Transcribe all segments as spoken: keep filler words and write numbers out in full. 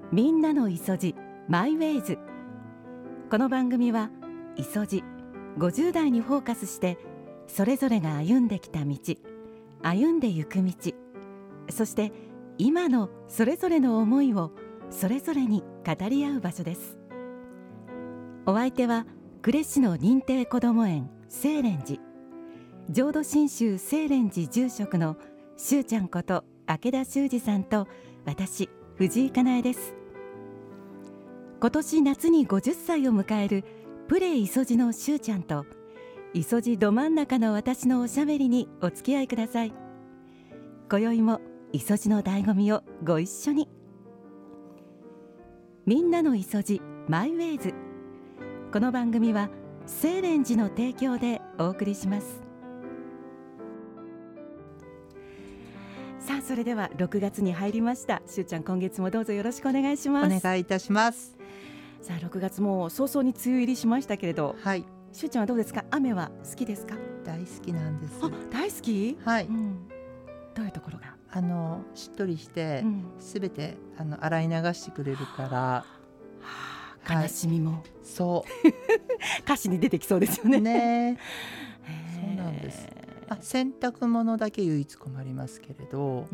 みんなのいそじマイウェイズ。この番組はいそじごじゅう代にフォーカスして、それぞれが歩んできた道、歩んでゆく道、そして今のそれぞれの思いをそれぞれに語り合う場所です。お相手は呉市の認定こども園清蓮寺、浄土真宗清蓮寺住職のしゅうちゃんこと明田修二さんと、私藤井かなえです。今年夏にごじゅっさいを迎えるプレイ磯路のしゅうちゃんと、磯路ど真ん中の私のおしゃべりにお付き合いください。今宵も磯路の醍醐味をご一緒に。みんなの磯路マイウェイズ。この番組は清蓮寺の提供でお送りします。さあ、それではろくがつに入りました。しゅうちゃん、今月もどうぞよろしくお願いします。 お願いいたします。 さあ、ろくがつも早々に梅雨入りしましたけれど、 はい、 しゅうちゃんはどうですか？雨は好きですか？ 大好きなんです。 あ、大好き？ はい、 うん、どういうところが？ あのしっとりしてすべ、うん、てあの洗い流してくれるから、はあ、悲しみも、はい、 そう歌詞に出てきそうですよね。 ねそうなんです。あ、洗濯物だけ唯一困りますけれど、うん、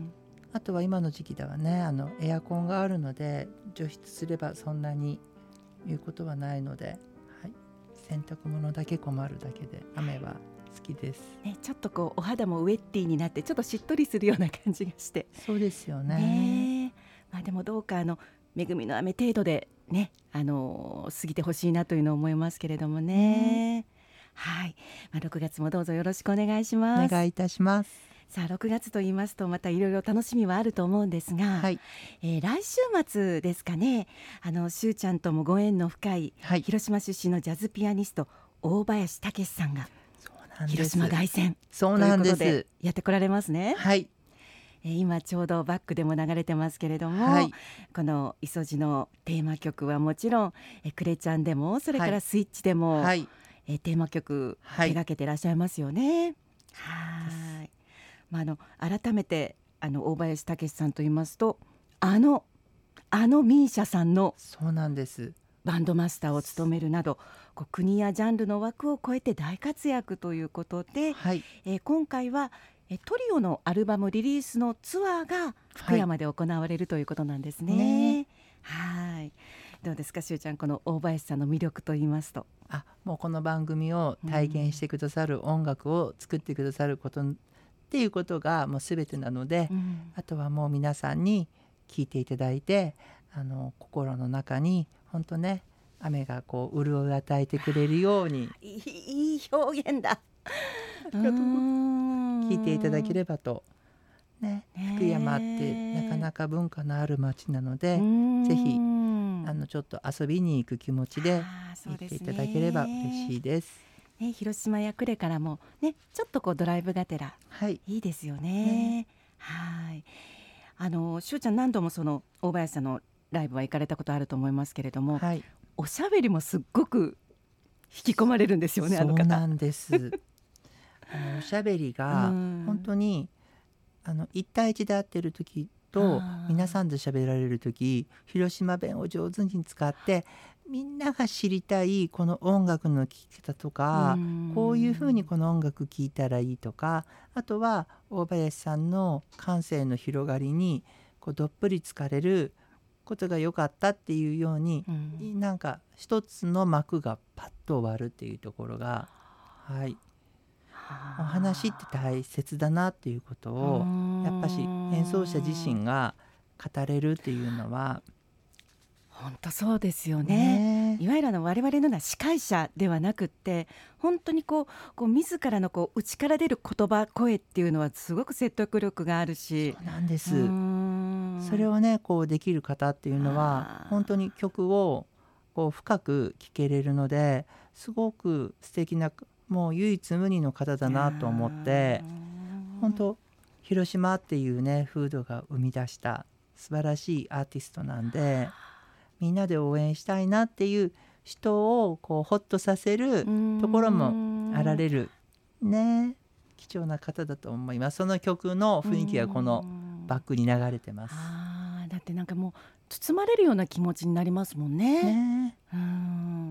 あとは今の時期ではね、あのエアコンがあるので除湿すればそんなにいうことはないので、はい、洗濯物だけ困るだけで雨は好きです、 ね、ちょっとこうお肌もウェッティになってちょっとしっとりするような感じがして。 そうですよ ね, ね、まあ、でもどうかあの恵みの雨程度でね、あの過ぎてほしいなというのを思いますけれどもね、うん、はい、まあ、ろくがつもどうぞよろしくお願いします。 お願いいたします。 さあ、ろくがつと言いますとまたいろいろ楽しみはあると思うんですが、はい、えー、来週末ですかね、あのしゅうちゃんともご縁の深い、はい、広島出身のジャズピアニスト大林武史さんが広島凱旋そうなんですということでやってこられますね。 はい、 えー、今ちょうどバックでも流れてますけれども、はい、この磯路のテーマ曲はもちろんえクレちゃんでも、それからスイッチでも、はい、えー、テーマ曲手掛けていらっしゃいますよね。はい、まあ、あの改めてあの大林武史さんと言いますと、あのあのミーシャさんのそうなんですバンドマスターを務めるなど、こう国やジャンルの枠を超えて大活躍ということで、はい、えー、今回はえトリオのアルバムリリースのツアーが福山で行われるということなんですね。ね、はい、どうですかしゅうちゃん、この大林さんの魅力と言いますと。 あ、もうこの番組を体現してくださる、音楽を作ってくださることっていうことがもう全てなので、うん、あとはもう皆さんに聴いていただいて、あの心の中に本当ね、雨がこう潤いを与えてくれるようにいい表現だ。 聞いていただければと、ね、福山ってなかなか文化のある町なので、ぜひあのちょっと遊びに行く気持ちで行っていただければ嬉しいです。 ね、広島や呉からも、ね、ちょっとこうドライブがてら、はい、いいですよね。ね、はい、あのしゅうちゃん何度もその大林さんのライブは行かれたことあると思いますけれども、はい、おしゃべりもすっごく引き込まれるんですよね。あの方。 そうなんですあのおしゃべりが本当にあの一対一で会ってる時と皆さんでしゃべられる時、広島弁を上手に使ってみんなが知りたいこの音楽の聴き方とか、こういうふうにこの音楽聴いたらいいとか、あとは大林さんの感性の広がりにこうどっぷり浸かれることが良かったっていうように、うん、なんか一つの幕がパッと終わるっていうところが、はい、お話って大切だなっていうことをやっぱし演奏者自身が語れるっていうのは本当そうですよね。いわゆるあの我々のような司会者ではなくって、本当にこう、こう自らのこう内から出る言葉声っていうのはすごく説得力があるし。 そうなんです。それをねこうできる方っていうのは本当に曲をこう深く聴けれるので、すごく素敵な、もう唯一無二の方だなと思って、本当広島っていうね風土が生み出した素晴らしいアーティストなんで、みんなで応援したいなっていう人をこうホッとさせるところもあられるね、貴重な方だと思います。その曲の雰囲気がこのバックに流れてます。 あ、 だってなんかもう包まれるような気持ちになりますもんね。 ねうん、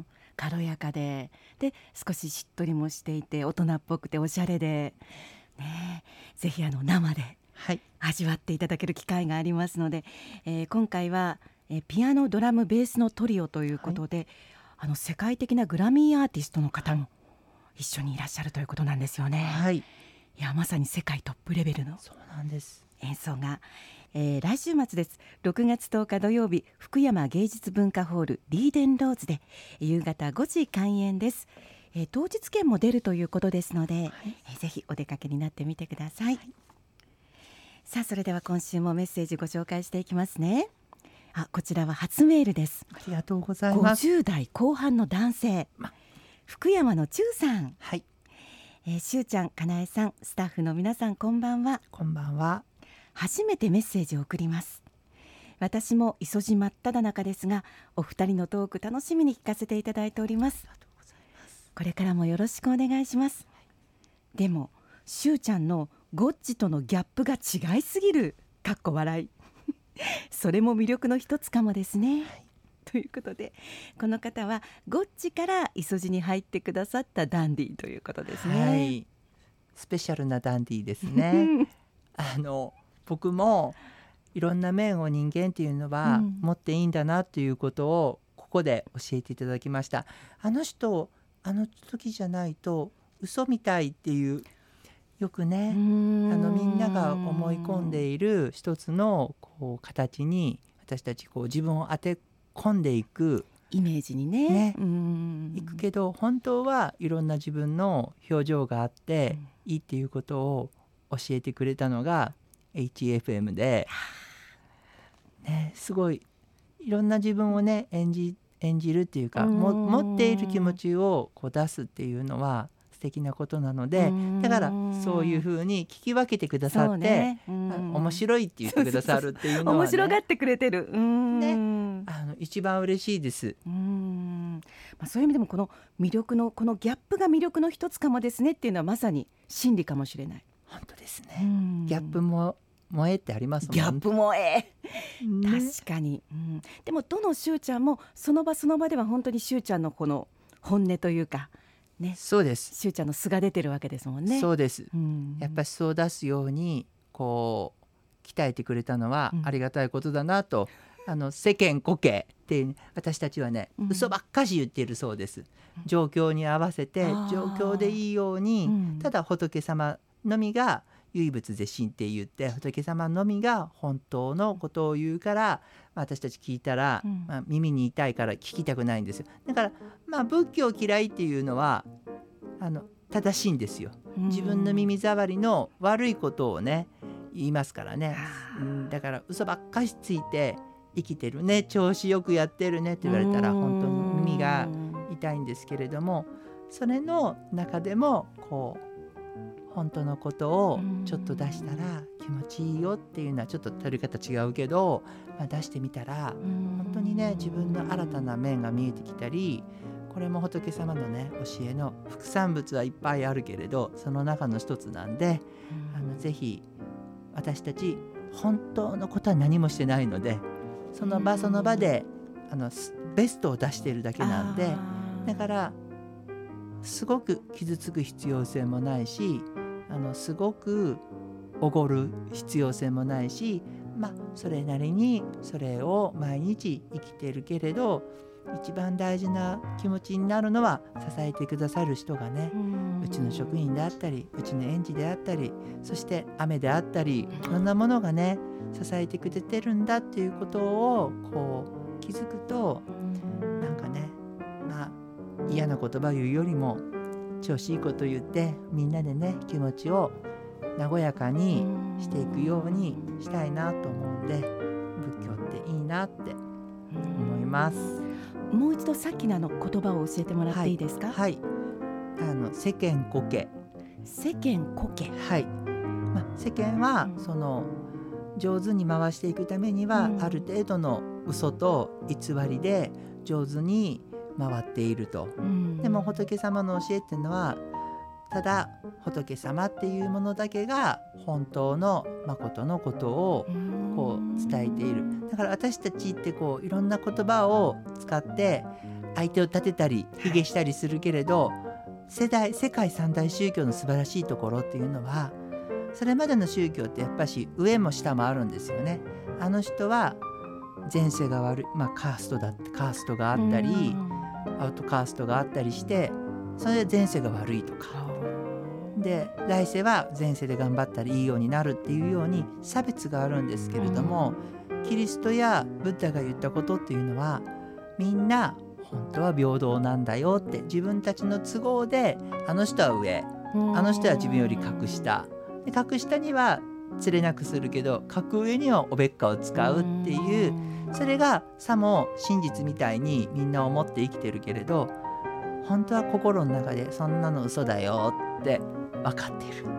軽やかでで少ししっとりもしていて大人っぽくておしゃれで、ね、ぜひあの生で味わっていただける機会がありますので、えー、今回は、えー、ピアノドラムベースのトリオということで、はい、あの世界的なグラミーアーティストの方も一緒にいらっしゃるということなんですよね。 はい、 いやまさに世界トップレベルのそうなんです演奏が、えー、来週末です。ろくがつとおか土曜日、福山芸術文化ホールリーデンローズで夕方ごじ開演です。えー、当日券も出るということですので、はい、えー、ぜひお出かけになってみてください。はい、さあそれでは今週もメッセージご紹介していきますね。あ、こちらは初メールです。 ありがとうございます。 ごじゅう代後半の男性、ま、福山の中さん。 はい、 えー、しゅうちゃん、かなえさん、スタッフの皆さんこんばんは。 こんばんは。 初めてメッセージを送ります。私も磯路真っ只中ですが、お二人のトーク楽しみに聞かせていただいております。 ありがとうございます。 これからもよろしくお願いします。でもしゅうちゃんのゴッチとのギャップが違いすぎるかっこ笑いそれも魅力の一つかもですね、はい、ということでこの方はゴッチから磯路に入ってくださったダンディということですね。 はい、スペシャルなダンディですねあの僕もいろんな面を人間っていうのは持っていいんだなということをここで教えていただきました。あの人あの時じゃないと嘘みたいっていうよくね、あのみんなが思い込んでいる一つのこう形に私たちこう自分を当て込んでいくイメージに ね, ねうーんいくけど本当はいろんな自分の表情があっていいっていうことを教えてくれたのが エイチエフエム で、ね、すごいいろんな自分をね演じ、演じるっていうかも持っている気持ちをこう出すっていうのは素敵なことなので、だからそういうふうに聞き分けてくださって、ね、面白いって言ってくださるっていうのは、ね、 面白がってくれてる、うーん、 ね、あの一番嬉しいです。 うーん、まあ、そういう意味でもこの魅力のこのギャップが魅力の一つかもですねっていうのはまさに真理かもしれない。 本当ですね。ギャップも萌えってありますもんね。 ギャップ萌え、 ね、 確かに、うん、でもどのしゅうちゃんもその場その場では本当にしゅうちゃんのこの本音というかね、 そうです。 しゅうちゃんの素が出てるわけですもんね。 そうです、 うん、 やっぱり素を出すようにこう鍛えてくれたのはありがたいことだなと、うん、あの世間こけって私たちはね、うん、嘘ばっかし言っているそうです。状況に合わせて状況でいいように、うん、ただ仏様のみが唯物絶神って言って仏様のみが本当のことを言うから、まあ、私たち聞いたら、うんまあ、耳に痛いから聞きたくないんですよ。だから、まあ、仏教嫌いっていうのはあの正しいんですよ。自分の耳障りの悪いことをね言いますからね、うん、だから嘘ばっかしついて生きてるね調子よくやってるねって言われたら本当に耳が痛いんですけれども、それの中でもこう本当のことをちょっと出したら気持ちいいよっていうのはちょっと取り方違うけど、まあ、出してみたら本当にね自分の新たな面が見えてきたり、これも仏様のね教えの副産物はいっぱいあるけれどその中の一つなんで、あのぜひ私たち本当のことは何もしてないのでその場その場であのベストを出しているだけなんで、だからすごく傷つく必要性もないし、あのすごくおごる必要性もないし、まあそれなりにそれを毎日生きているけれど一番大事な気持ちになるのは支えてくださる人がね、うちの職員であったりうちの園児であったりそして雨であったりいろんなものがね支えてくれてるんだっていうことをこう気づくと、なんかねまあ嫌な言葉言うよりも調子いいこと言ってみんなでね気持ちを和やかにしていくようにしたいなと思うんで、仏教っていいなって思います。 もう一度さっきのあの言葉を教えてもらっていいですか。 はい、はい、あの世間こけ世間こけ、 はい、まあ、世間はその上手に回していくためには、うん、ある程度の嘘と偽りで上手に回っていると、うん、でも仏様の教えっていうのはただ仏様っていうものだけが本当の誠のことをこう伝えている。だから私たちってこういろんな言葉を使って相手を立てたり卑下したりするけれど、世代世界三大宗教の素晴らしいところっていうのは、それまでの宗教ってやっぱし上も下もあるんですよね。あの人は前世が悪い、まあ、カーストだってカーストがあったりアウトカーストがあったりして、それで前世が悪いとかで、来世は前世で頑張ったらいいようになるっていうように差別があるんですけれども、キリストやブッダが言ったことっていうのは、みんな本当は平等なんだよって、自分たちの都合であの人は上、あの人は自分より格下で、格下には釣れなくするけど格上にはおべっかを使うっていう、それがさも真実みたいにみんな思って生きてるけれど、本当は心の中でそんなの嘘だよって分かってる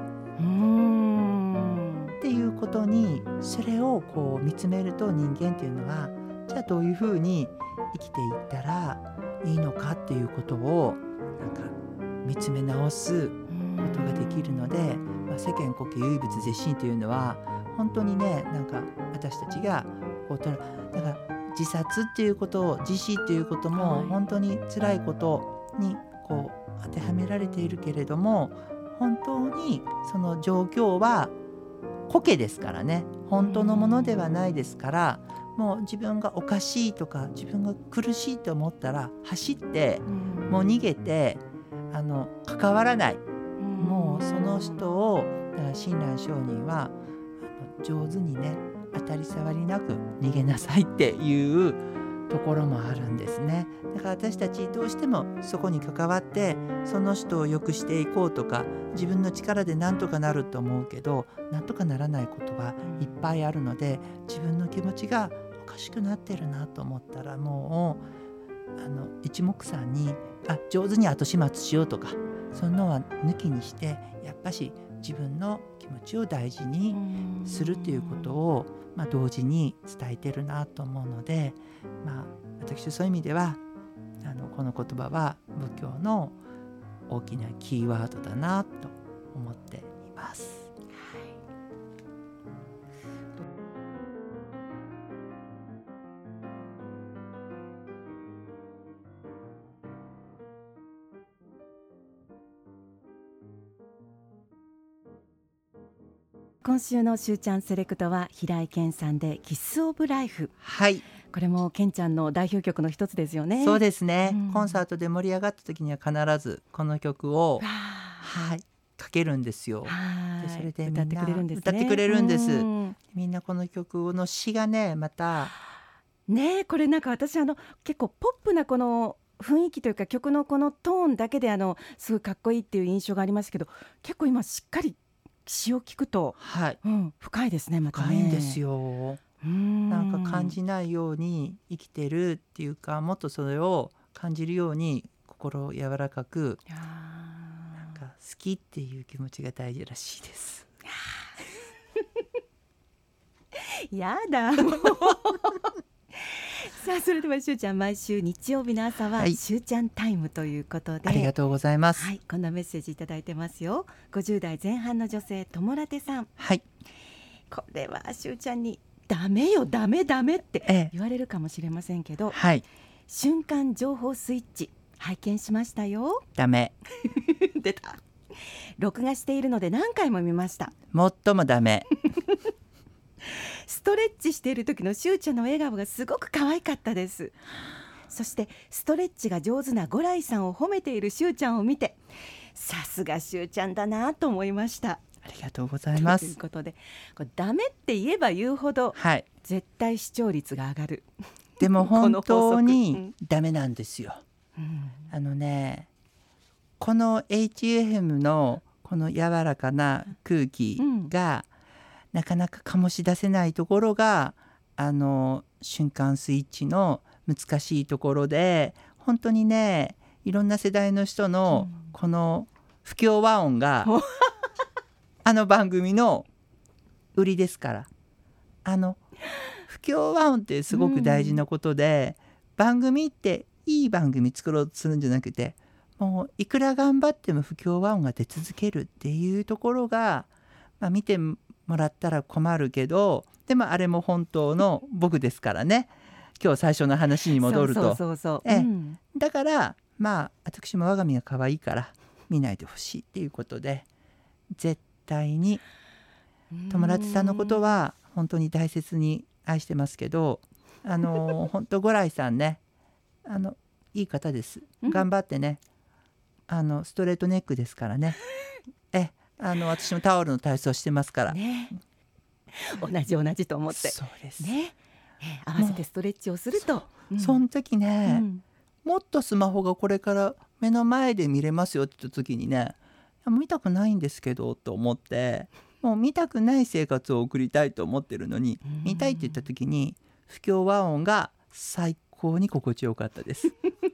っていうことに、それをこう見つめると、人間っていうのはじゃあどういうふうに生きていったらいいのかっていうことをなんか見つめ直すことができるので、まあ、世間国唯物絶心というのは本当にね、なんか私たちがこうとらだから自殺っていうことを、自死っていうことも本当に辛いことにこう当てはめられているけれども、本当にその状況は苔ですからね、本当のものではないですから、もう自分がおかしいとか自分が苦しいと思ったら走ってもう逃げて、あの関わらない、もうその人を、だから親鸞上人はあの上手にね、当たり障りなく逃げなさいっていうところもあるんですね。だから私たちどうしてもそこに関わってその人を良くしていこうとか、自分の力で何とかなると思うけど、何とかならないことがいっぱいあるので、自分の気持ちがおかしくなってるなと思ったら、もうあの一目散にあ上手に後始末しようとか、そんなのは抜きにして、やっぱし自分の気持ちを大事にするっていうことを、まあ、同時に伝えてるなと思うので、まあ、私そういう意味ではあのこの言葉は仏教の大きなキーワードだなと思っています。 今週のしゅうちゃんセレクトは平井堅さんでキスオブライフ。 はい、 これも堅ちゃんの代表曲の一つですよね。 そうですね、うん、コンサートで盛り上がった時には必ずこの曲をはいかけるんですよ。でそれでみんな歌ってくれるんですね。 歌ってくれるんです。みんなこの曲の詩がね、またね、これなんか私あの結構ポップなこの雰囲気というか、曲のこのトーンだけであのすごいかっこいいっていう印象がありますけど、結構今しっかり詩を聞くと、 はいうん、深いですね。またね深いんですよ。 うんなんか感じないように生きてるっていうか、もっとそれを感じるように心を柔らかく、なんか好きっていう気持ちが大事らしいです。 やだもうさあ、それではしゅうちゃん、毎週日曜日の朝は、はい、しゅうちゃんタイムということで、 ありがとうございます、 はい、こんなメッセージいただいてますよ。ごじゅう代前半の女性、ともらてさん、 はい、 これはしゅうちゃんにダメよダメダメって言われるかもしれませんけど、 はい、 瞬間情報スイッチ拝見しましたよ。 ダメ出た。録画しているので何回も見ました。 最もダメストレッチしている時のしゅうちゃんの笑顔がすごく可愛かったです。そしてストレッチが上手な五来さんを褒めているしゅうちゃんを見て、さすがしゅうちゃんだなと思いました。 ありがとうございます。 ということで、これダメって言えば言うほど、 はい、 絶対視聴率が上がる。 でも本当にダメなんですよ、 うん、 あのね、この エイチエフエム のこの柔らかな空気が、うんなかなか醸し出せないところが、あの瞬間スイッチの難しいところで、本当にね、いろんな世代の人のこの不協和音が、うん、あの番組の売りですから。あの不協和音ってすごく大事なことで、うん、番組っていい番組作ろうとするんじゃなくて、 もういくら頑張っても不協和音が出続けるっていうところが、まあ、見てもらったら困るけど、でもあれも本当の僕ですからね。今日最初の話に戻ると、 そうそうそうそう、 ええ、 うん、 だからまあ私も我が身が可愛いから見ないでほしいっていうことで、絶対に友達さんのことは本当に大切に愛してますけど、あの本当五来さんね、あのいい方です。頑張ってね、あのストレートネックですからね。えあの私もタオルの体操してますから、 ね、同じ同じと思って、 そうですね、え合わせてストレッチをすると、 そ, その時ね、 うん、 もっとスマホがこれから目の前で見れますよって言った時にね、見たくないんですけどと思って、もう見たくない生活を送りたいと思ってるのに、見たいって言った時に不協和音が最高に心地よかったです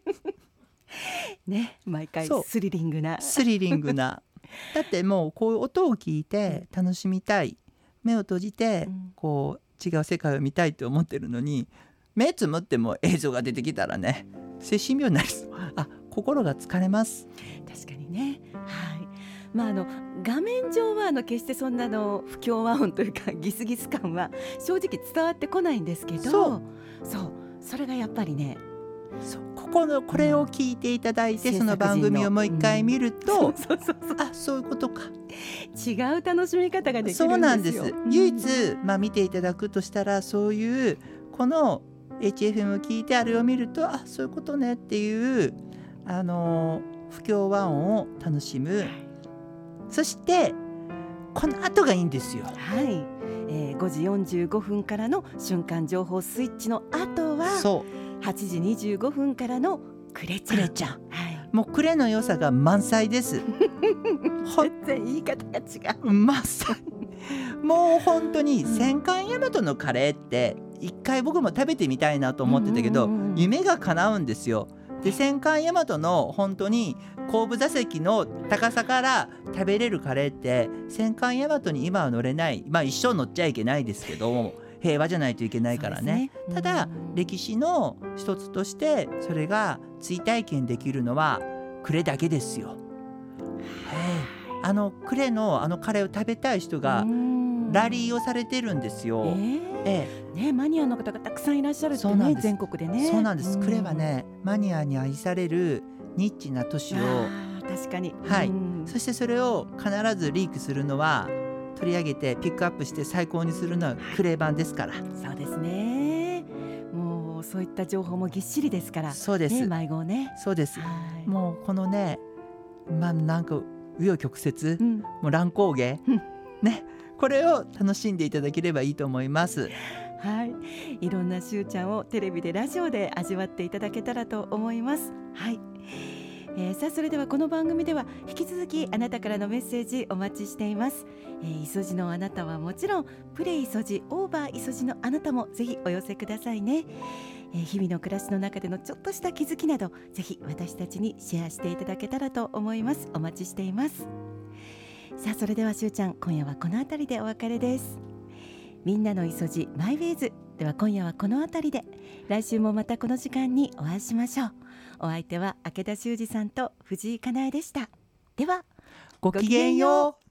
ね、毎回スリリングなスリリングなだってもうこういう音を聞いて楽しみたい、目を閉じてこう違う世界を見たいと思ってるのに、目つむっても映像が出てきたらね、精神病になりそう。あ、心が疲れます。 確かにね、はい、まあ、あの画面上はあの決してそんなの不協和音というかギスギス感は正直伝わってこないんですけど、そうそうそれがやっぱりね、 そうここのこれを聞いていただいて、うん、その番組をもう一回見ると、うん、そうそうそうそう、あ、そういうことか、 違う楽しみ方ができるんですよ。 そうなんです、うん、唯一、まあ、見ていただくとしたら、そういうこの エイチエフエム を聞いてあれを見ると、あ、そういうことねっていうあの不協和音を楽しむ、はい、そしてこの後がいいんですよ。 はい、えー、ごじよんじゅうごふんからの瞬間情報スイッチの後は、そうはちじにじゅうごふんからのクレちゃん、クレちゃん、はい、 もうクレの良さが満載です全然言い方が違う、 満載もう本当に戦艦大和のカレーって一回僕も食べてみたいなと思ってたけど、うんうんうん、夢が叶うんですよ。で、戦艦大和の本当に後部座席の高さから食べれるカレーって、戦艦大和に今は乗れない、まあ一生乗っちゃいけないですけど、平和じゃないといけないからね、ね、うん、ただ歴史の一つとしてそれが追体験できるのはクレだけですよ。あのクレのあのカレーを食べたい人がラリーをされてるんですよ、えーええね、マニアの方がたくさんいらっしゃるってね、全国でね。 そうなんです、クレはね、マニアに愛されるニッチな都市を、 確かに、 はい、そしてそれを必ずリークするのは、取り上げてピックアップして最高にするのはクレ版ですから。 そうですね、もうそういった情報もぎっしりですから。 そうです、 ね、迷子ね。 そうです、はい、もうこのね、まあ、なんか紆余曲折、うん、もう乱高下、うん、ね、これを楽しんでいただければいいと思います。 はい、いろんなしゅうちゃんをテレビでラジオで味わっていただけたらと思います。はい、えー、さあそれではこの番組では引き続きあなたからのメッセージお待ちしています。えー、いそじのあなたはもちろん、プレイいそじオーバーいそじのあなたもぜひお寄せくださいね。えー、日々の暮らしの中でのちょっとした気づきなど、ぜひ私たちにシェアしていただけたらと思います。お待ちしています。さあそれではしゅうちゃん、今夜はこのあたりでお別れです。みんなのいそじマイウェイズでは、今夜はこのあたりで、来週もまたこの時間にお会いしましょう。お相手は明田修二さんと藤井かなえでした。ではごきげんよう。